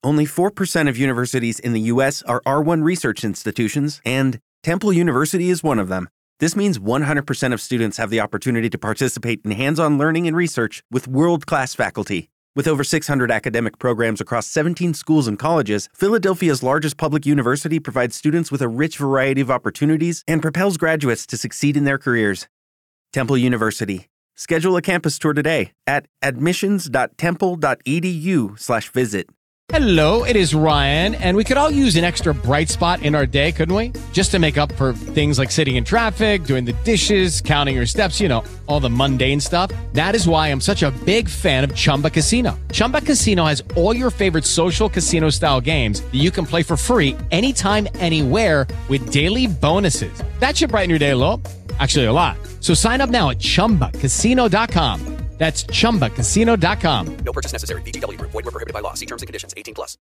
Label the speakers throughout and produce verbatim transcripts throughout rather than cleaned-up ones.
Speaker 1: Only four percent of universities in the U S are R one research institutions, and Temple University is one of them. This means one hundred percent of students have the opportunity to participate in hands-on learning and research with world-class faculty. With over six hundred academic programs across seventeen schools and colleges, Philadelphia's largest public university provides students with a rich variety of opportunities and propels graduates to succeed in their careers. Temple University. Schedule a campus tour today at admissions.temple.edu slash visit.
Speaker 2: Hello, it is Ryan, and we could all use an extra bright spot in our day, couldn't we? Just to make up for things like sitting in traffic, doing the dishes, counting your steps, you know, all the mundane stuff. That is why I'm such a big fan of Chumba Casino. Chumba Casino has all your favorite social casino-style games that you can play for free anytime, anywhere with daily bonuses. That should brighten your day a little. Actually, a lot. So sign up now at chumba casino dot com. That's chumba casino dot com.
Speaker 3: No purchase necessary. V G W Group. Void where prohibited by law. See terms and conditions. eighteen plus.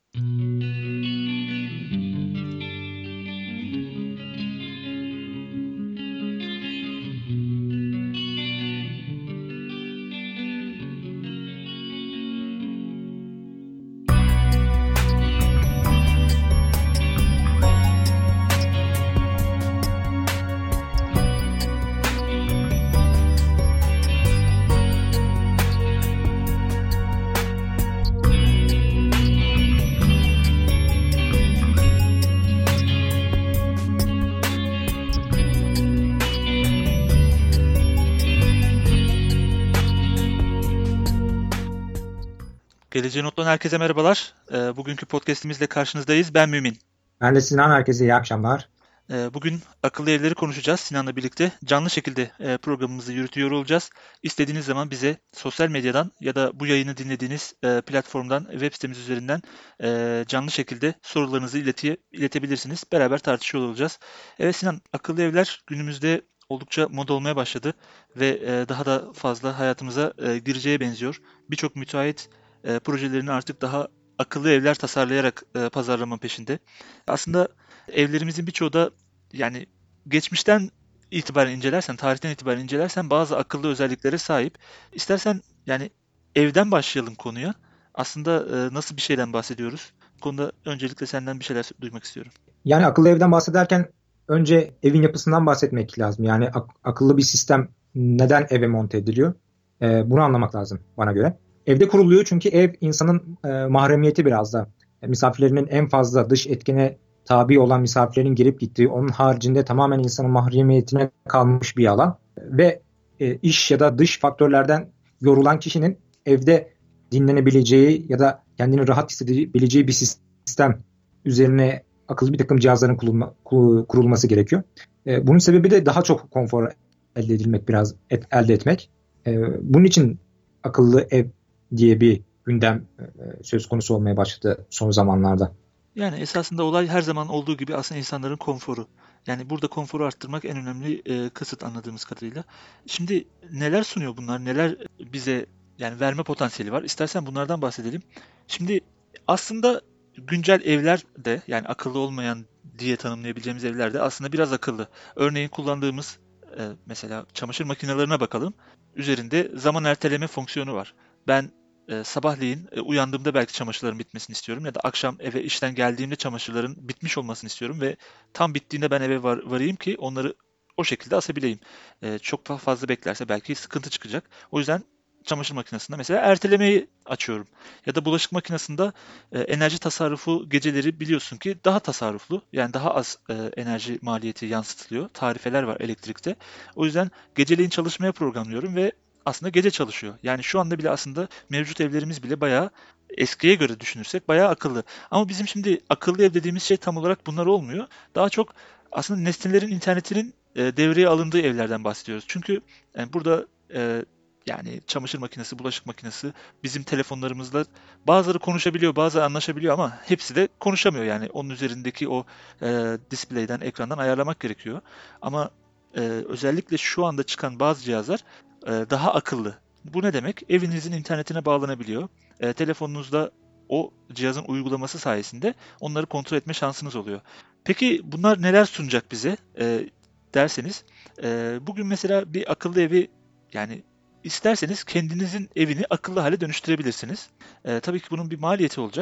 Speaker 4: Geleceğe Not'tan herkese merhabalar. E, bugünkü podcastimizle karşınızdayız. Ben Mümin.
Speaker 5: Ben de Sinan. Herkese iyi akşamlar.
Speaker 4: E, bugün akıllı evleri konuşacağız Sinan'la birlikte. Canlı şekilde e, programımızı yürütüyor olacağız. İstediğiniz zaman bize sosyal medyadan ya da bu yayını dinlediğiniz e, platformdan, web sitemiz üzerinden e, canlı şekilde sorularınızı iletiye, iletebilirsiniz. Beraber tartışıyor olacağız. Evet Sinan, akıllı evler günümüzde oldukça moda olmaya başladı ve e, daha da fazla hayatımıza e, gireceğe benziyor. Birçok müteahhit E, projelerini artık daha akıllı evler tasarlayarak e, pazarlama peşinde. Aslında evlerimizin birçoğu da yani geçmişten itibaren incelersen, tarihten itibaren incelersen bazı akıllı özelliklere sahip. İstersen yani evden başlayalım konuya. Aslında e, nasıl bir şeyden bahsediyoruz? Bu konuda öncelikle senden bir şeyler duymak istiyorum.
Speaker 5: Yani akıllı evden bahsederken önce evin yapısından bahsetmek lazım. Yani ak- akıllı bir sistem neden eve monte ediliyor? E, bunu anlamak lazım bana göre. Evde kuruluyor çünkü ev insanın e, mahremiyeti biraz da. E, misafirlerinin en fazla dış etkine tabi olan misafirlerin girip gittiği, onun haricinde tamamen insanın mahremiyetine kalmış bir alan. Ve e, iş ya da dış faktörlerden yorulan kişinin evde dinlenebileceği ya da kendini rahat hissedebileceği bir sistem üzerine akıllı bir takım cihazların kurulma, kurulması gerekiyor. E, bunun sebebi de daha çok konfor elde edilmek, biraz et, elde etmek. E, bunun için akıllı ev diye bir gündem söz konusu olmaya başladı son zamanlarda.
Speaker 4: Yani esasında olay her zaman olduğu gibi aslında insanların konforu. Yani burada konforu arttırmak en önemli e, kasıt anladığımız kadarıyla. Şimdi neler sunuyor bunlar? Neler bize yani verme potansiyeli var? İstersen bunlardan bahsedelim. Şimdi aslında güncel evler de yani akıllı olmayan diye tanımlayabileceğimiz evler de aslında biraz akıllı. Örneğin kullandığımız e, mesela çamaşır makinelerine bakalım. Üzerinde zaman erteleme fonksiyonu var. Ben e, sabahleyin e, uyandığımda belki çamaşırların bitmesini istiyorum ya da akşam eve işten geldiğimde çamaşırların bitmiş olmasını istiyorum ve tam bittiğinde ben eve var, varayım ki onları o şekilde asabileyim. E, çok fazla beklerse belki sıkıntı çıkacak. O yüzden çamaşır makinesinde mesela ertelemeyi açıyorum. Ya da bulaşık makinesinde e, enerji tasarrufu geceleri biliyorsun ki daha tasarruflu. Yani daha az e, enerji maliyeti yansıtılıyor. Tarifeler var elektrikte. O yüzden geceleyin çalışmaya programlıyorum ve aslında gece çalışıyor. Yani şu anda bile aslında mevcut evlerimiz bile bayağı eskiye göre düşünürsek bayağı akıllı. Ama bizim şimdi akıllı ev dediğimiz şey tam olarak bunlar olmuyor. Daha çok aslında nesnelerin internetinin e, devreye alındığı evlerden bahsediyoruz. Çünkü yani burada e, yani çamaşır makinesi, bulaşık makinesi bizim telefonlarımızla bazıları konuşabiliyor, bazıları anlaşabiliyor ama hepsi de konuşamıyor. Yani onun üzerindeki o e, display'den, ekrandan ayarlamak gerekiyor. Ama e, özellikle şu anda çıkan bazı cihazlar e, daha akıllı. Bu ne demek? Evinizin internetine bağlanabiliyor. E, telefonunuzda o cihazın uygulaması sayesinde onları kontrol etme şansınız oluyor. Peki bunlar neler sunacak bize e, derseniz, e, bugün mesela bir akıllı evi yani İsterseniz kendinizin evini akıllı hale dönüştürebilirsiniz. Ee, tabii ki bunun bir maliyeti olacak.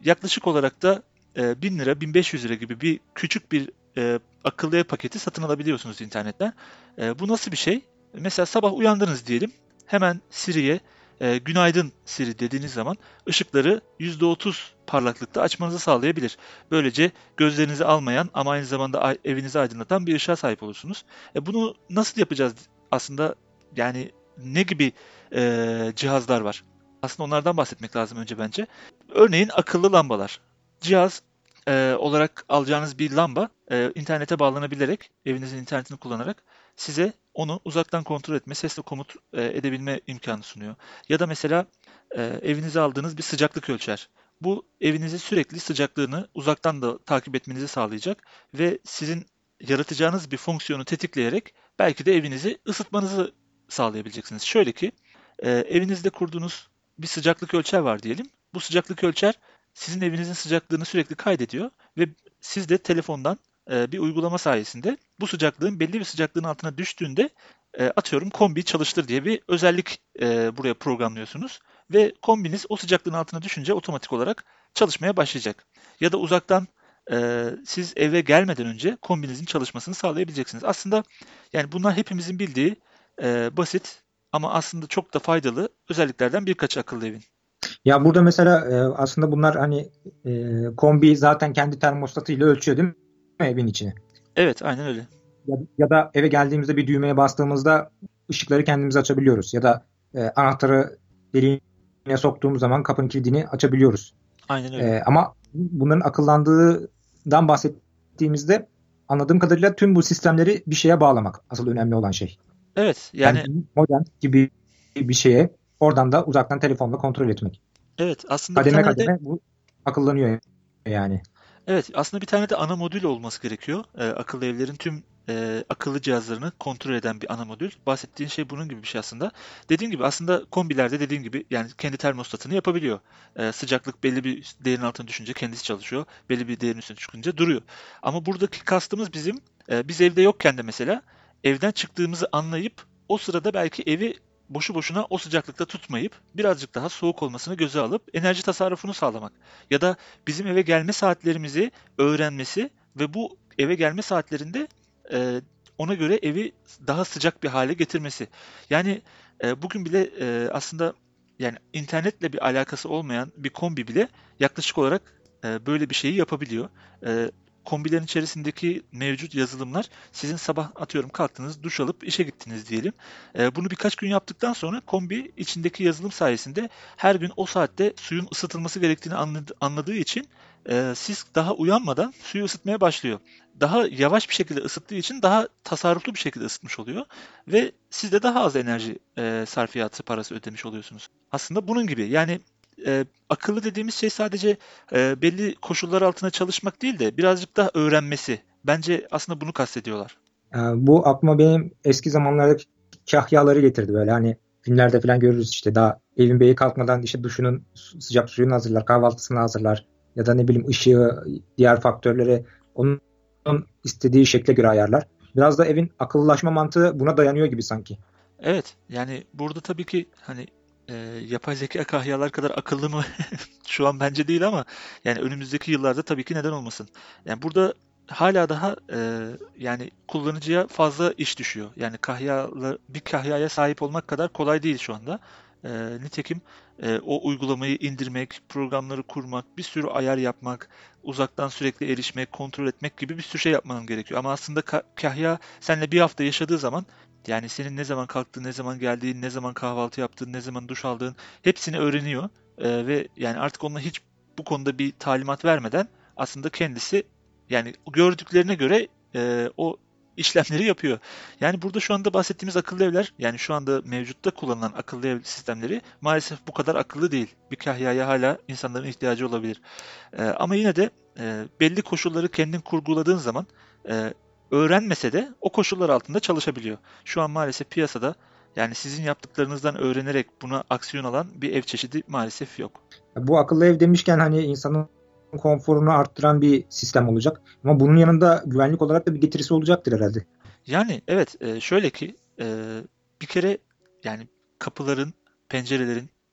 Speaker 4: yaklaşık olarak da e, bin lira, bin beş yüz lira gibi bir küçük bir e, akıllı ev paketi satın alabiliyorsunuz internetten. E, bu nasıl bir şey? Mesela sabah uyandınız diyelim. Hemen Siri'ye e, günaydın Siri dediğiniz zaman ışıkları yüzde otuz parlaklıkta açmanızı sağlayabilir. Böylece gözlerinizi almayan ama aynı zamanda evinizi aydınlatan bir ışığa sahip olursunuz. E, bunu nasıl yapacağız aslında? Yani ne gibi e, cihazlar var? Aslında onlardan bahsetmek lazım önce bence. Örneğin akıllı lambalar. Cihaz e, olarak alacağınız bir lamba e, internete bağlanabilerek, evinizin internetini kullanarak size onu uzaktan kontrol etme, sesle komut e, edebilme imkanı sunuyor. Ya da mesela e, evinize aldığınız bir sıcaklık ölçer. Bu evinizin sürekli sıcaklığını uzaktan da takip etmenizi sağlayacak ve sizin yaratacağınız bir fonksiyonu tetikleyerek belki de evinizi ısıtmanızı sağlayabileceksiniz. Şöyle ki e, evinizde kurduğunuz bir sıcaklık ölçer var diyelim. Bu sıcaklık ölçer sizin evinizin sıcaklığını sürekli kaydediyor ve siz de telefondan e, bir uygulama sayesinde bu sıcaklığın belli bir sıcaklığın altına düştüğünde e, atıyorum kombi çalıştır diye bir özellik e, buraya programlıyorsunuz ve kombiniz o sıcaklığın altına düşünce otomatik olarak çalışmaya başlayacak. Ya da uzaktan e, siz eve gelmeden önce kombinizin çalışmasını sağlayabileceksiniz. Aslında yani bunlar hepimizin bildiği e, basit ama aslında çok da faydalı özelliklerden birkaç akıllı evin.
Speaker 5: Ya burada mesela e, aslında bunlar hani e, kombi zaten kendi termostatıyla ölçüyor değil mi evin içini?
Speaker 4: Evet, aynen öyle.
Speaker 5: Ya, ya da eve geldiğimizde bir düğmeye bastığımızda ışıkları kendimiz açabiliyoruz. Ya da e, anahtarı deliğine soktuğumuz zaman kapının kilidini açabiliyoruz.
Speaker 4: Aynen öyle.
Speaker 5: E, ama bunların akıllandığından bahsettiğimizde anladığım kadarıyla tüm bu sistemleri bir şeye bağlamak asıl önemli olan şey.
Speaker 4: Evet, yani,
Speaker 5: Yani modem gibi bir şeye oradan da uzaktan telefonla kontrol etmek.
Speaker 4: evet aslında bir
Speaker 5: Kademe
Speaker 4: tane de
Speaker 5: kademe bu akıllanıyor yani.
Speaker 4: evet aslında bir tane de ana modül olması gerekiyor. Ee, akıllı evlerin tüm e, akıllı cihazlarını kontrol eden bir ana modül. Bahsettiğin şey bunun gibi bir şey aslında. Dediğim gibi aslında kombilerde dediğim gibi yani kendi termostatını yapabiliyor. Ee, sıcaklık belli bir değerin altına düşünce kendisi çalışıyor. Belli bir değerin üstüne çıkınca duruyor. Ama buradaki kastımız bizim e, biz evde yokken de mesela evden çıktığımızı anlayıp o sırada belki evi boşu boşuna o sıcaklıkta tutmayıp birazcık daha soğuk olmasını göze alıp enerji tasarrufunu sağlamak. Ya da bizim eve gelme saatlerimizi öğrenmesi ve bu eve gelme saatlerinde e, ona göre evi daha sıcak bir hale getirmesi. Yani e, bugün bile e, aslında yani internetle bir alakası olmayan bir kombi bile yaklaşık olarak e, böyle bir şeyi yapabiliyor. E, kombilerin içerisindeki mevcut yazılımlar sizin sabah atıyorum kalktınız, duş alıp işe gittiniz diyelim. E, bunu birkaç gün yaptıktan sonra kombi içindeki yazılım sayesinde her gün o saatte suyun ısıtılması gerektiğini anladı- anladığı için e, siz daha uyanmadan suyu ısıtmaya başlıyor. Daha yavaş bir şekilde ısıttığı için daha tasarruflu bir şekilde ısıtmış oluyor ve siz de daha az enerji e, sarfiyatı parası ödemiş oluyorsunuz. Aslında bunun gibi yani e, akıllı dediğimiz şey sadece e, belli koşullar altında çalışmak değil de birazcık daha öğrenmesi. Bence aslında bunu kastediyorlar.
Speaker 5: Ee, bu aklıma benim eski zamanlardaki kahyaları getirdi böyle hani filmlerde falan görürüz işte daha evin beyi kalkmadan işte duşunun su- sıcak suyunu hazırlar, kahvaltısını hazırlar ya da ne bileyim ışığı, diğer faktörleri onun istediği şekle göre ayarlar. Biraz da evin akıllılaşma mantığı buna dayanıyor gibi sanki.
Speaker 4: Evet, yani burada tabii ki hani e, yapay zeka kahyalar kadar akıllı mı şu an bence değil ama yani önümüzdeki yıllarda tabii ki neden olmasın. Yani burada hala daha e, yani kullanıcıya fazla iş düşüyor. Yani kahyalı bir kahyaya sahip olmak kadar kolay değil şu anda. E, nitekim e, o uygulamayı indirmek, programları kurmak, bir sürü ayar yapmak, uzaktan sürekli erişmek, kontrol etmek gibi bir sürü şey yapmanın gerekiyor. Ama aslında ka- kahya seninle bir hafta yaşadığı zaman yani senin ne zaman kalktığın, ne zaman geldiğin, ne zaman kahvaltı yaptığın, ne zaman duş aldığın hepsini öğreniyor. Ee, ve yani artık onunla hiç bu konuda bir talimat vermeden aslında kendisi yani gördüklerine göre e, o işlemleri yapıyor. Yani burada şu anda bahsettiğimiz akıllı evler yani şu anda mevcutta kullanılan akıllı ev sistemleri maalesef bu kadar akıllı değil. Bir kahyaya hala insanların ihtiyacı olabilir. Ee, ama yine de e, belli koşulları kendin kurguladığın zaman e, öğrenmese de o koşullar altında çalışabiliyor. Şu an maalesef piyasada yani sizin yaptıklarınızdan öğrenerek buna aksiyon alan bir ev çeşidi maalesef yok.
Speaker 5: Bu akıllı ev demişken hani insanın konforunu arttıran bir sistem olacak. Ama bunun yanında güvenlik olarak da bir getirisi olacaktır herhalde.
Speaker 4: Yani evet e, şöyle ki e, bir kere yani kapıların, pencerelerin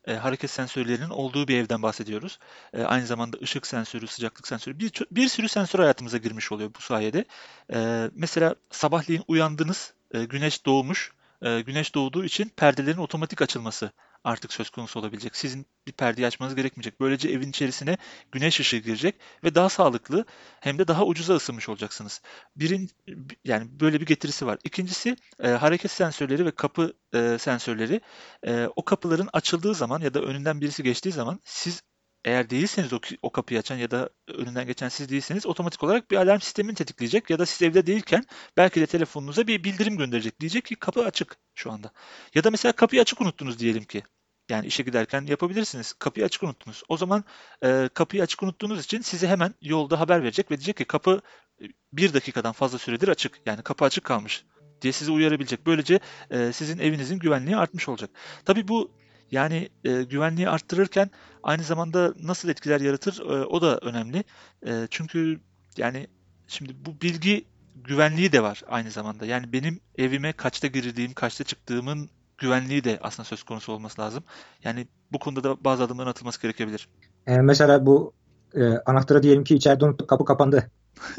Speaker 4: e, hareket sensörlerinin olduğu bir evden bahsediyoruz. E, aynı zamanda ışık sensörü, sıcaklık sensörü, bir, bir sürü sensör hayatımıza girmiş oluyor bu sayede. E, mesela sabahleyin uyandınız, e, güneş doğmuş. E, güneş doğduğu için perdelerin otomatik açılması artık söz konusu olabilecek. Sizin bir perdeyi açmanız gerekmeyecek. Böylece evin içerisine güneş ışığı girecek ve daha sağlıklı hem de daha ucuza ısınmış olacaksınız. Birin, yani böyle bir getirisi var. İkincisi e, hareket sensörleri ve kapı e, sensörleri. E, o kapıların açıldığı zaman ya da önünden birisi geçtiği zaman siz eğer değilseniz o, o kapıyı açan ya da önünden geçen siz değilseniz otomatik olarak bir alarm sistemini tetikleyecek ya da siz evde değilken belki de telefonunuza bir bildirim gönderecek. Diyecek ki kapı açık şu anda. Ya da mesela kapıyı açık unuttunuz diyelim ki. Yani işe giderken yapabilirsiniz. Kapıyı açık unuttunuz. O zaman e, kapıyı açık unuttuğunuz için size hemen yolda haber verecek ve diyecek ki kapı e, bir dakikadan fazla süredir açık. Yani kapı açık kalmış diye sizi uyarabilecek. Böylece e, sizin evinizin güvenliği artmış olacak. Tabii bu yani e, güvenliği arttırırken aynı zamanda nasıl etkiler yaratır e, o da önemli. E, çünkü yani şimdi bu bilgi güvenliği de var aynı zamanda. Yani benim evime kaçta girdiğim, kaçta çıktığımın güvenliği de aslında söz konusu olması lazım. Yani bu konuda da bazı adımların atılması gerekebilir.
Speaker 5: E, mesela bu e, anahtarı diyelim ki içeride unuttuk, kapı kapandı.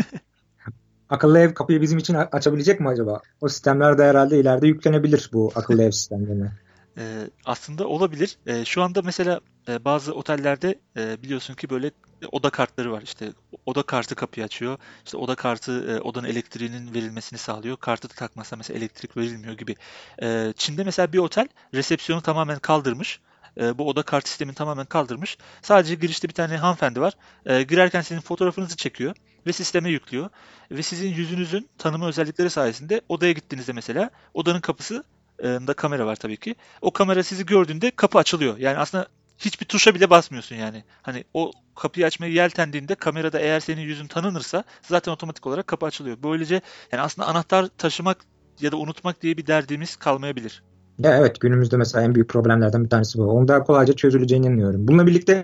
Speaker 5: Akıllı ev kapıyı bizim için açabilecek mi acaba? O sistemler de herhalde ileride yüklenebilir bu akıllı ev sistemlerine.
Speaker 4: Ee, aslında olabilir. Ee, şu anda mesela e, bazı otellerde e, biliyorsun ki böyle oda kartları var. İşte oda kartı kapıyı açıyor. İşte oda kartı e, odanın elektriğinin verilmesini sağlıyor. Kartı da takmazsa mesela elektrik verilmiyor gibi. Ee, Çin'de mesela bir otel resepsiyonu tamamen kaldırmış. E, bu oda kart sistemini tamamen kaldırmış. Sadece girişte bir tane hanımefendi var. E, girerken sizin fotoğrafınızı çekiyor ve sisteme yüklüyor. Ve sizin yüzünüzün tanıma özellikleri sayesinde odaya gittiğinizde mesela odanın kapısı da kamera var tabii ki. O kamera sizi gördüğünde kapı açılıyor. Yani aslında hiçbir tuşa bile basmıyorsun yani. Hani o kapıyı açmaya yeltendiğinde kamerada eğer senin yüzün tanınırsa zaten otomatik olarak kapı açılıyor. Böylece yani aslında anahtar taşımak ya da unutmak diye bir derdimiz kalmayabilir.
Speaker 5: Ya evet, günümüzde mesela en büyük problemlerden bir tanesi bu. Onu daha kolayca çözüleceğine inanıyorum. Bununla birlikte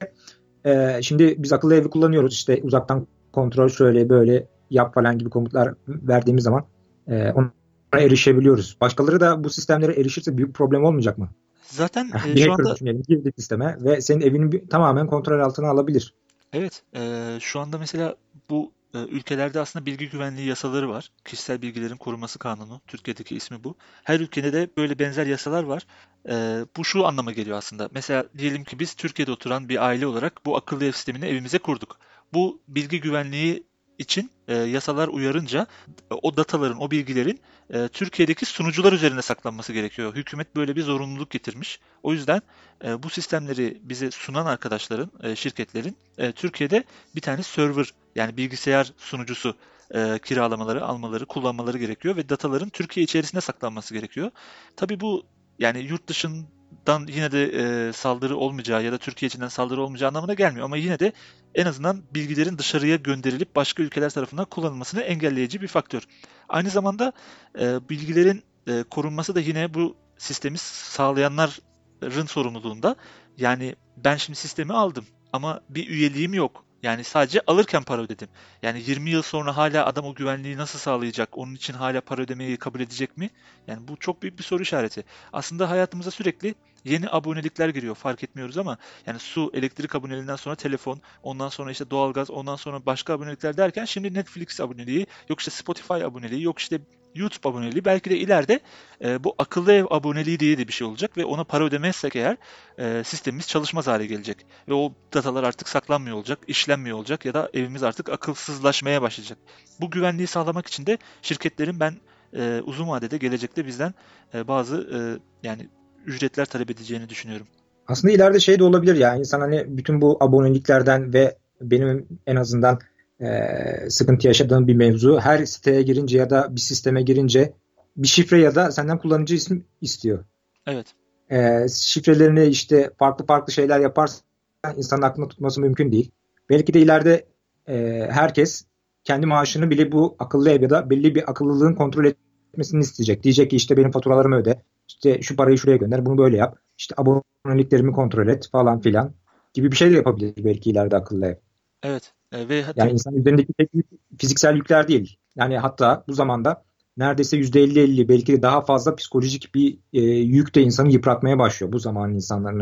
Speaker 5: e, şimdi biz akıllı evi kullanıyoruz. İşte uzaktan kontrol şöyle böyle yap falan gibi komutlar verdiğimiz zaman e, onu erişebiliyoruz. Başkaları da bu sistemlere erişirse büyük problem olmayacak mı?
Speaker 4: Zaten e,
Speaker 5: Bir
Speaker 4: şu
Speaker 5: hacker
Speaker 4: anda
Speaker 5: düşünelim, girdi sisteme ve senin evini bir- tamamen kontrol altına alabilir.
Speaker 4: evet, e, şu anda mesela bu e, ülkelerde aslında bilgi güvenliği yasaları var. Kişisel bilgilerin korunması kanunu. Türkiye'deki ismi bu. Her ülkede de böyle benzer yasalar var. E, bu şu anlama geliyor aslında. Mesela diyelim ki biz Türkiye'de oturan bir aile olarak bu akıllı ev sistemini evimize kurduk. Bu bilgi güvenliği için e, yasalar uyarınca e, o dataların, o bilgilerin e, Türkiye'deki sunucular üzerinde saklanması gerekiyor. Hükümet böyle bir zorunluluk getirmiş. O yüzden e, bu sistemleri bize sunan arkadaşların, e, şirketlerin e, Türkiye'de bir tane server yani bilgisayar sunucusu e, kiralamaları, almaları, kullanmaları gerekiyor ve dataların Türkiye içerisinde saklanması gerekiyor. Tabii bu yani yurt dışından yine de e, saldırı olmayacağı ya da Türkiye içinden saldırı olmayacağı anlamına gelmiyor ama yine de en azından bilgilerin dışarıya gönderilip başka ülkeler tarafından kullanılmasını engelleyici bir faktör. Aynı zamanda e, bilgilerin e, korunması da yine bu sistemi sağlayanların sorumluluğunda. Yani ben şimdi sistemi aldım ama bir üyeliğim yok. Yani sadece alırken para ödedim. Yani yirmi yıl sonra hala adam o güvenliği nasıl sağlayacak? Onun için hala para ödemeyi kabul edecek mi? Yani bu çok büyük bir soru işareti. Aslında hayatımıza sürekli yeni abonelikler giriyor. Fark etmiyoruz ama yani su, elektrik aboneliğinden sonra telefon, ondan sonra işte doğalgaz, ondan sonra başka abonelikler derken şimdi Netflix aboneliği, yok işte Spotify aboneliği, yok işte YouTube aboneliği, belki de ileride e, bu akıllı ev aboneliği diye de bir şey olacak ve ona para ödemezsek eğer e, sistemimiz çalışmaz hale gelecek. Ve o datalar artık saklanmıyor olacak, işlenmiyor olacak ya da evimiz artık akılsızlaşmaya başlayacak. Bu güvenliği sağlamak için de şirketlerin ben e, uzun vadede gelecekte bizden e, bazı e, yani ücretler talep edeceğini düşünüyorum.
Speaker 5: Aslında ileride şey de olabilir ya, insan hani bütün bu aboneliklerden ve benim en azından e, sıkıntı yaşadığım bir mevzu, her siteye girince ya da bir sisteme girince bir şifre ya da senden kullanıcı isim istiyor.
Speaker 4: Evet.
Speaker 5: E, şifrelerini işte farklı farklı şeyler yaparsan insanın aklında tutması mümkün değil. Belki de ileride e, herkes kendi maaşını bile bu akıllı ev ya da belli bir akıllılığın kontrol etmesini isteyecek. Diyecek ki işte benim faturalarımı öde, işte şu parayı şuraya gönder, bunu böyle yap, işte aboneliklerimi kontrol et falan filan gibi bir şey de yapabilir belki ileride akıllı ev.
Speaker 4: Evet. E, ve hatta
Speaker 5: Yani insan üzerindeki tek yük fiziksel yükler değil. Yani hatta bu zamanda neredeyse yüzde elli elli belki de daha fazla psikolojik bir e, yük de insanı yıpratmaya başlıyor bu zamanın insanlarını.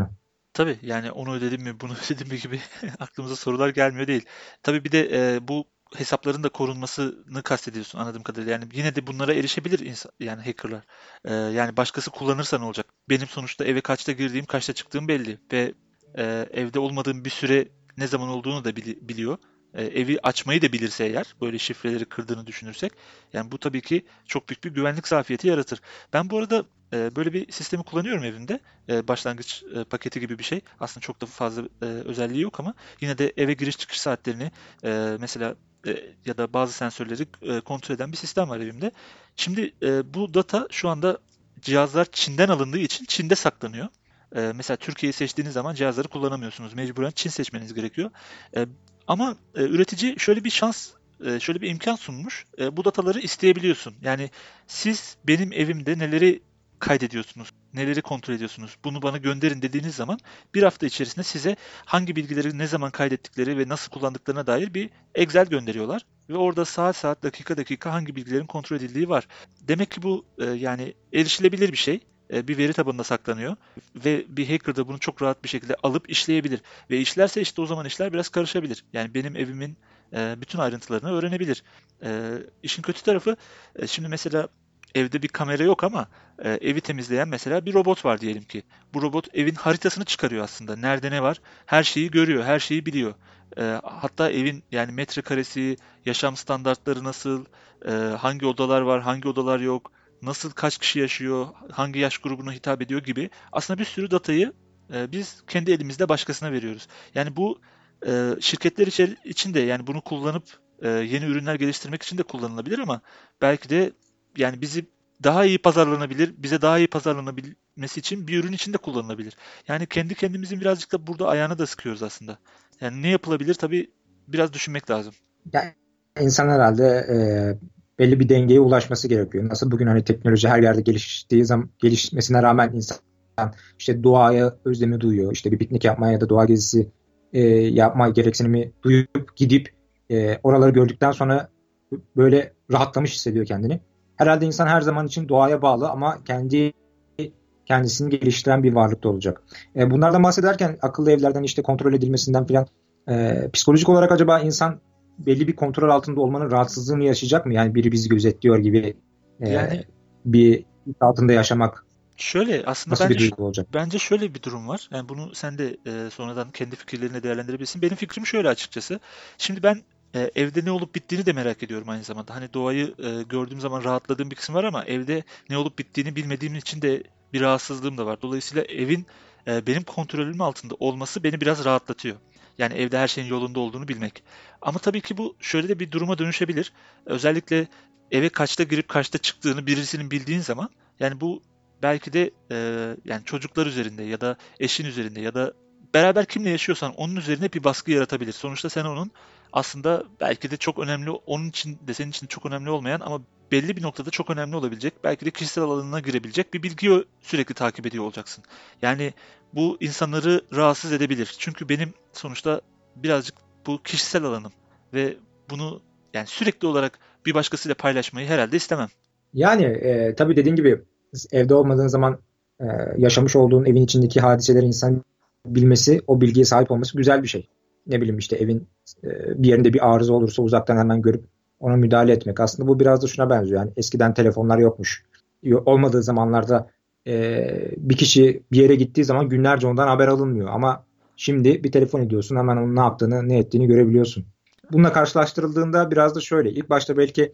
Speaker 4: Tabii yani onu ödedim mi, bunu ödedim mi gibi aklımıza sorular gelmiyor değil. Tabii bir de e, bu hesapların da korunmasını kastediyorsun anladığım kadarıyla. Yani yine de bunlara erişebilir insan, yani hackerlar. E, yani başkası kullanırsa ne olacak? Benim sonuçta eve kaçta girdiğim, kaçta çıktığım belli ve e, evde olmadığım bir süre ne zaman olduğunu da bili- biliyor. E, evi açmayı da bilirse eğer, böyle şifreleri kırdığını düşünürsek, yani bu tabii ki çok büyük bir güvenlik zafiyeti yaratır. Ben bu arada e, böyle bir sistemi kullanıyorum evimde, e, başlangıç e, paketi gibi bir şey. Aslında çok da fazla e, özelliği yok ama yine de eve giriş çıkış saatlerini e, mesela e, ya da bazı sensörleri e, kontrol eden bir sistem var evimde. Şimdi e, bu data şu anda cihazlar Çin'den alındığı için Çin'de saklanıyor. E, mesela Türkiye'yi seçtiğiniz zaman cihazları kullanamıyorsunuz. Mecburen Çin seçmeniz gerekiyor. E, ama e, üretici şöyle bir şans, e, şöyle bir imkan sunmuş. E, bu dataları isteyebiliyorsun. Yani siz benim evimde neleri kaydediyorsunuz, neleri kontrol ediyorsunuz, bunu bana gönderin dediğiniz zaman bir hafta içerisinde size hangi bilgileri ne zaman kaydettikleri ve nasıl kullandıklarına dair bir Excel gönderiyorlar. Ve orada saat saat, dakika dakika hangi bilgilerin kontrol edildiği var. Demek ki bu e, yani erişilebilir bir şey. E, bir veri tabanında saklanıyor ve bir hacker da bunu çok rahat bir şekilde alıp işleyebilir. Ve işlerse işte o zaman işler biraz karışabilir. Yani benim evimin e, bütün ayrıntılarını öğrenebilir. E, işin kötü tarafı, e, şimdi mesela evde bir kamera yok ama e, evi temizleyen mesela bir robot var diyelim ki. Bu robot evin haritasını çıkarıyor aslında. Nerede ne var? Her şeyi görüyor, her şeyi biliyor. E, hatta evin yani metrekaresi, yaşam standartları nasıl, e, hangi odalar var, hangi odalar yok, nasıl kaç kişi yaşıyor, hangi yaş grubuna hitap ediyor gibi aslında bir sürü datayı e, biz kendi elimizde başkasına veriyoruz. Yani bu e, şirketler içer- için de yani bunu kullanıp e, yeni ürünler geliştirmek için de kullanılabilir ama belki de yani bizi daha iyi pazarlanabilir, bize daha iyi pazarlanabilmesi için bir ürün için de kullanılabilir. Yani kendi kendimizin birazcık da burada ayağına da sıkıyoruz aslında. Yani ne yapılabilir tabii biraz düşünmek lazım.
Speaker 5: Yani insan herhalde e, belli bir dengeye ulaşması gerekiyor. Nasıl bugün hani teknoloji her yerde geliştiği zaman gelişmesine rağmen insan işte doğaya özlemi duyuyor. İşte bir piknik yapmaya ya da doğa gezisi e, yapma gereksinimi duyup gidip e, oraları gördükten sonra böyle rahatlamış hissediyor kendini. Herhalde insan her zaman için doğaya bağlı ama kendi kendisini geliştiren bir varlık da olacak. E, bunlardan bahsederken akıllı evlerden işte kontrol edilmesinden filan e, psikolojik olarak acaba insan belli bir kontrol altında olmanın rahatsızlığını yaşayacak mı? Yani biri bizi gözetliyor gibi e,
Speaker 4: Yani
Speaker 5: bir altında yaşamak
Speaker 4: şöyle aslında
Speaker 5: nasıl bir
Speaker 4: bence ş-
Speaker 5: duygu olacak?
Speaker 4: bence şöyle bir durum var. Yani bunu sen de e, sonradan kendi fikirlerini değerlendirebilirsin. Benim fikrim şöyle açıkçası. Şimdi ben e, evde ne olup bittiğini de merak ediyorum aynı zamanda. Hani doğayı e, gördüğüm zaman rahatladığım bir kısım var ama evde ne olup bittiğini bilmediğim için de bir rahatsızlığım da var. Dolayısıyla evin e, benim kontrolüm altında olması beni biraz rahatlatıyor. Yani evde her şeyin yolunda olduğunu bilmek. Ama tabii ki bu şöyle de bir duruma dönüşebilir. Özellikle eve kaçta girip kaçta çıktığını birisinin bildiğin zaman yani bu belki de e, yani çocuklar üzerinde ya da eşin üzerinde ya da beraber kimle yaşıyorsan onun üzerine bir baskı yaratabilir. Sonuçta sen onun aslında belki de çok önemli, onun için de senin için çok önemli olmayan ama belli bir noktada çok önemli olabilecek, belki de kişisel alanına girebilecek bir bilgiyi sürekli takip ediyor olacaksın. Yani bu insanları rahatsız edebilir. Çünkü benim sonuçta birazcık bu kişisel alanım ve bunu yani sürekli olarak bir başkasıyla paylaşmayı herhalde istemem.
Speaker 5: Yani e, tabii dediğin gibi evde olmadığın zaman e, yaşamış olduğun evin içindeki hadiseleri insan bilmesi, o bilgiye sahip olması güzel bir şey. Ne bileyim işte evin e, bir yerinde bir arıza olursa uzaktan hemen görüp ona müdahale etmek. Aslında bu biraz da şuna benziyor. Yani eskiden telefonlar yokmuş. Yo- Olmadığı zamanlarda e, bir kişi bir yere gittiği zaman günlerce ondan haber alınmıyor. Ama şimdi bir telefon ediyorsun, hemen onun ne yaptığını, ne ettiğini görebiliyorsun. Bununla karşılaştırıldığında biraz da şöyle. İlk başta belki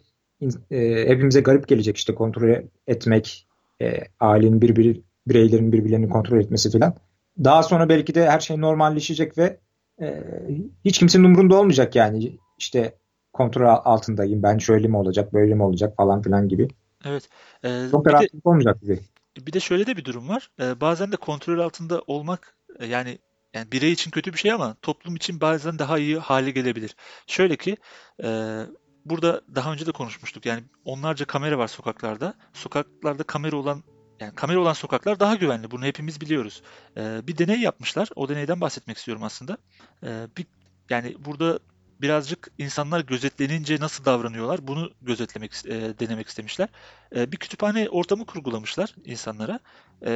Speaker 5: e, hepimize garip gelecek işte kontrol etmek, e, ailenin birbiri, bireylerin birbirlerini kontrol etmesi filan. Daha sonra belki de her şey normalleşecek ve e, hiç kimsenin umurunda olmayacak yani işte kontrol altındayım, ben şöyle mi olacak böyle mi olacak falan filan gibi.
Speaker 4: Evet. Ee,
Speaker 5: Çok da
Speaker 4: bir de
Speaker 5: rahatsızlık olmayacak gibi.
Speaker 4: bir de şöyle de bir durum var. Ee, bazen de kontrol altında olmak e, yani yani birey için kötü bir şey ama toplum için bazen daha iyi hale gelebilir. Şöyle ki e, burada daha önce de konuşmuştuk. Yani onlarca kamera var sokaklarda. Sokaklarda kamera olan yani kamera olan sokaklar daha güvenli. Bunu hepimiz biliyoruz. Ee, bir deney yapmışlar. O deneyden bahsetmek istiyorum aslında. Ee, bir yani burada birazcık insanlar gözetlenince nasıl davranıyorlar bunu gözetlemek, e, denemek istemişler. E, bir kütüphane ortamı kurgulamışlar insanlara. E, ve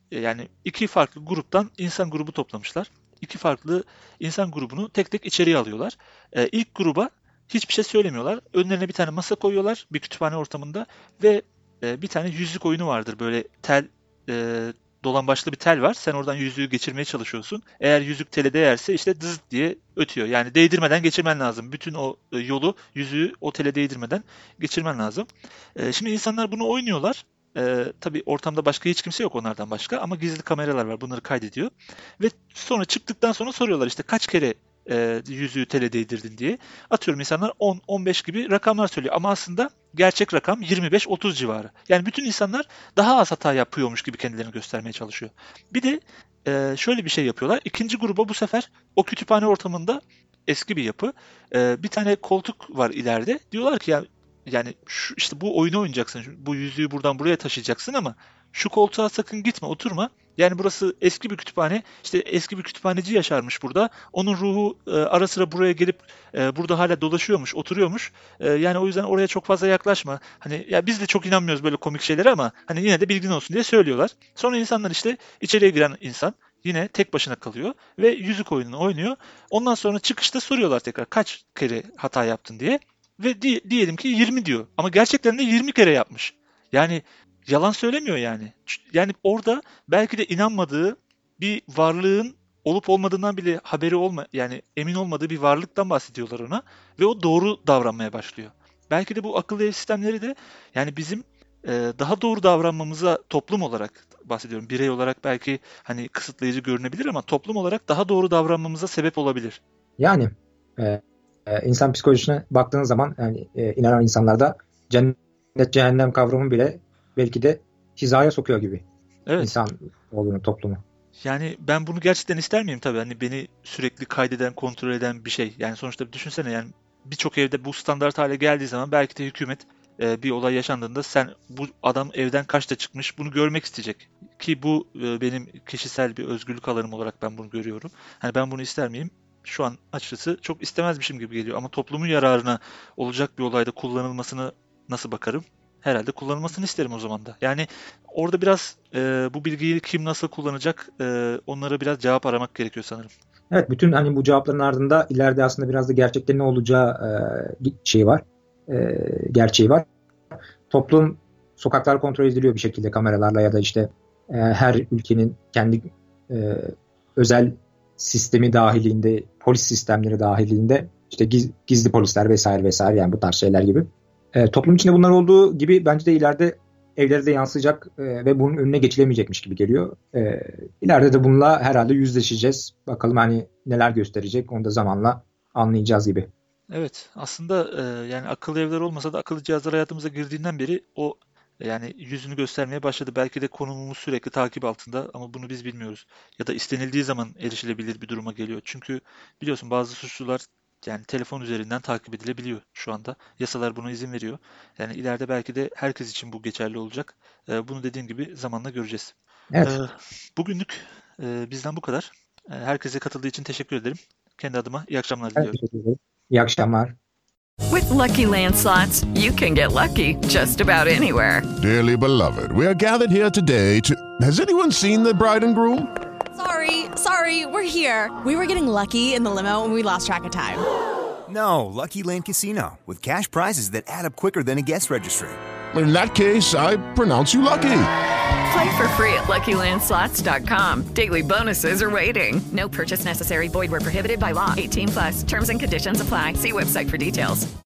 Speaker 4: yani iki farklı gruptan insan grubu toplamışlar. İki farklı insan grubunu tek tek içeriye alıyorlar. Ee, ilk gruba hiçbir şey söylemiyorlar. Önlerine bir tane masa koyuyorlar bir kütüphane ortamında ve e, bir tane yüzük oyunu vardır. Böyle tel e, dolambaçlı bir tel var. Sen oradan yüzüğü geçirmeye çalışıyorsun. Eğer yüzük tele değerse işte dızıt diye ötüyor. Yani değdirmeden geçirmen lazım. Bütün o e, yolu yüzüğü o tele değdirmeden geçirmen lazım. E, şimdi insanlar bunu oynuyorlar. Ee, tabii ortamda başka hiç kimse yok onlardan başka ama gizli kameralar var, bunları kaydediyor ve sonra çıktıktan sonra soruyorlar işte kaç kere e, yüzüğü tele değdirdin diye. Atıyorum insanlar on on beş gibi rakamlar söylüyor ama aslında gerçek rakam yirmi beş otuz civarı. Yani bütün insanlar daha az hata yapıyormuş gibi kendilerini göstermeye çalışıyor. Bir de e, şöyle bir şey yapıyorlar. İkinci gruba bu sefer o kütüphane ortamında eski bir yapı. E, bir tane koltuk var ileride. Diyorlar ki ya yani şu, işte bu oyunu oynayacaksın. Bu yüzüğü buradan buraya taşıyacaksın ama şu koltuğa sakın gitme, oturma. Yani burası eski bir kütüphane. İşte eski bir kütüphaneci yaşarmış burada. Onun ruhu e, ara sıra buraya gelip e, burada hala dolaşıyormuş, oturuyormuş. E, yani o yüzden oraya çok fazla yaklaşma. Hani ya biz de çok inanmıyoruz böyle komik şeylere ama hani yine de bilgin olsun diye söylüyorlar. Sonra insanlar işte içeriye giren insan yine tek başına kalıyor ve yüzük oyununu oynuyor. Ondan sonra çıkışta soruyorlar tekrar kaç kere hata yaptın diye. Ve di- diyelim ki yirmi diyor. Ama gerçekten de yirmi kere yapmış. Yani yalan söylemiyor yani. Yani orada belki de inanmadığı bir varlığın olup olmadığından bile haberi olma yani emin olmadığı bir varlıktan bahsediyorlar ona ve o doğru davranmaya başlıyor. Belki de bu akıllı ev sistemleri de yani bizim e, daha doğru davranmamıza toplum olarak bahsediyorum. Birey olarak belki hani kısıtlayıcı görünebilir ama toplum olarak daha doğru davranmamıza sebep olabilir.
Speaker 5: Yani e, e, insan psikolojisine baktığın zaman yani e, inanan insanlarda cennet cehennem kavramı bile belki de hizaya sokuyor gibi. Evet. İnsan olduğunu, toplumu.
Speaker 4: Yani ben bunu gerçekten ister miyim tabii? Hani beni sürekli kaydeden, kontrol eden bir şey. Yani sonuçta düşünsene yani birçok evde bu standart hale geldiği zaman belki de hükümet e, bir olay yaşandığında sen bu adam evden kaçta çıkmış bunu görmek isteyecek. Ki bu e, benim kişisel bir özgürlük alanım olarak ben bunu görüyorum. Hani ben bunu ister miyim? Şu an açıkçası çok istemezmişim gibi geliyor. Ama toplumun yararına olacak bir olayda kullanılmasını nasıl bakarım? Herhalde kullanılmasını isterim o zaman da. Yani orada biraz e, bu bilgiyi kim nasıl kullanacak e, onlara biraz cevap aramak gerekiyor sanırım.
Speaker 5: Evet, bütün hani bu cevapların ardında ileride aslında biraz da gerçekte ne olacağı e, şey var. E, gerçeği var. Toplum, sokaklar kontrol ediliyor bir şekilde kameralarla ya da işte e, her ülkenin kendi e, özel sistemi dahilinde, polis sistemleri dahilinde işte giz, gizli polisler vesaire vesaire yani bu tarz şeyler gibi. E, toplum içinde bunlar olduğu gibi bence de ileride evlere de yansıyacak e, ve bunun önüne geçilemeyecekmiş gibi geliyor. E, ileride de bununla herhalde yüzleşeceğiz. Bakalım hani neler gösterecek onu da zamanla anlayacağız gibi.
Speaker 4: Evet, aslında e, yani akıllı evler olmasa da akıllı cihazlar hayatımıza girdiğinden beri o yani yüzünü göstermeye başladı. Belki de konumumuz sürekli takip altında ama bunu biz bilmiyoruz. Ya da istenildiği zaman erişilebilir bir duruma geliyor. Çünkü biliyorsun bazı suçlular yani telefon üzerinden takip edilebiliyor şu anda. Yasalar buna izin veriyor. Yani ileride belki de herkes için bu geçerli olacak. E, bunu dediğim gibi zamanla göreceğiz.
Speaker 5: Evet.
Speaker 4: E, bugünlük e, bizden bu kadar. E, herkese katıldığı için teşekkür ederim. Kendi adıma iyi akşamlar diliyorum.
Speaker 5: Evet, iyi akşamlar.
Speaker 6: With Lucky Land Slots, you can get lucky just about anywhere.
Speaker 7: Dearly beloved, we are gathered here today to... Has anyone seen the bride and groom?
Speaker 8: Sorry, sorry, we're here. We were getting lucky in the limo and we lost track of time.
Speaker 9: No, Lucky Land Casino, with cash prizes that add up quicker than a guest registry.
Speaker 7: In that case, I pronounce you lucky.
Speaker 6: Play for free at Lucky Land Slots dot com. Daily bonuses are waiting. No purchase necessary. Void where prohibited by law. eighteen plus. Terms and conditions apply. See website for details.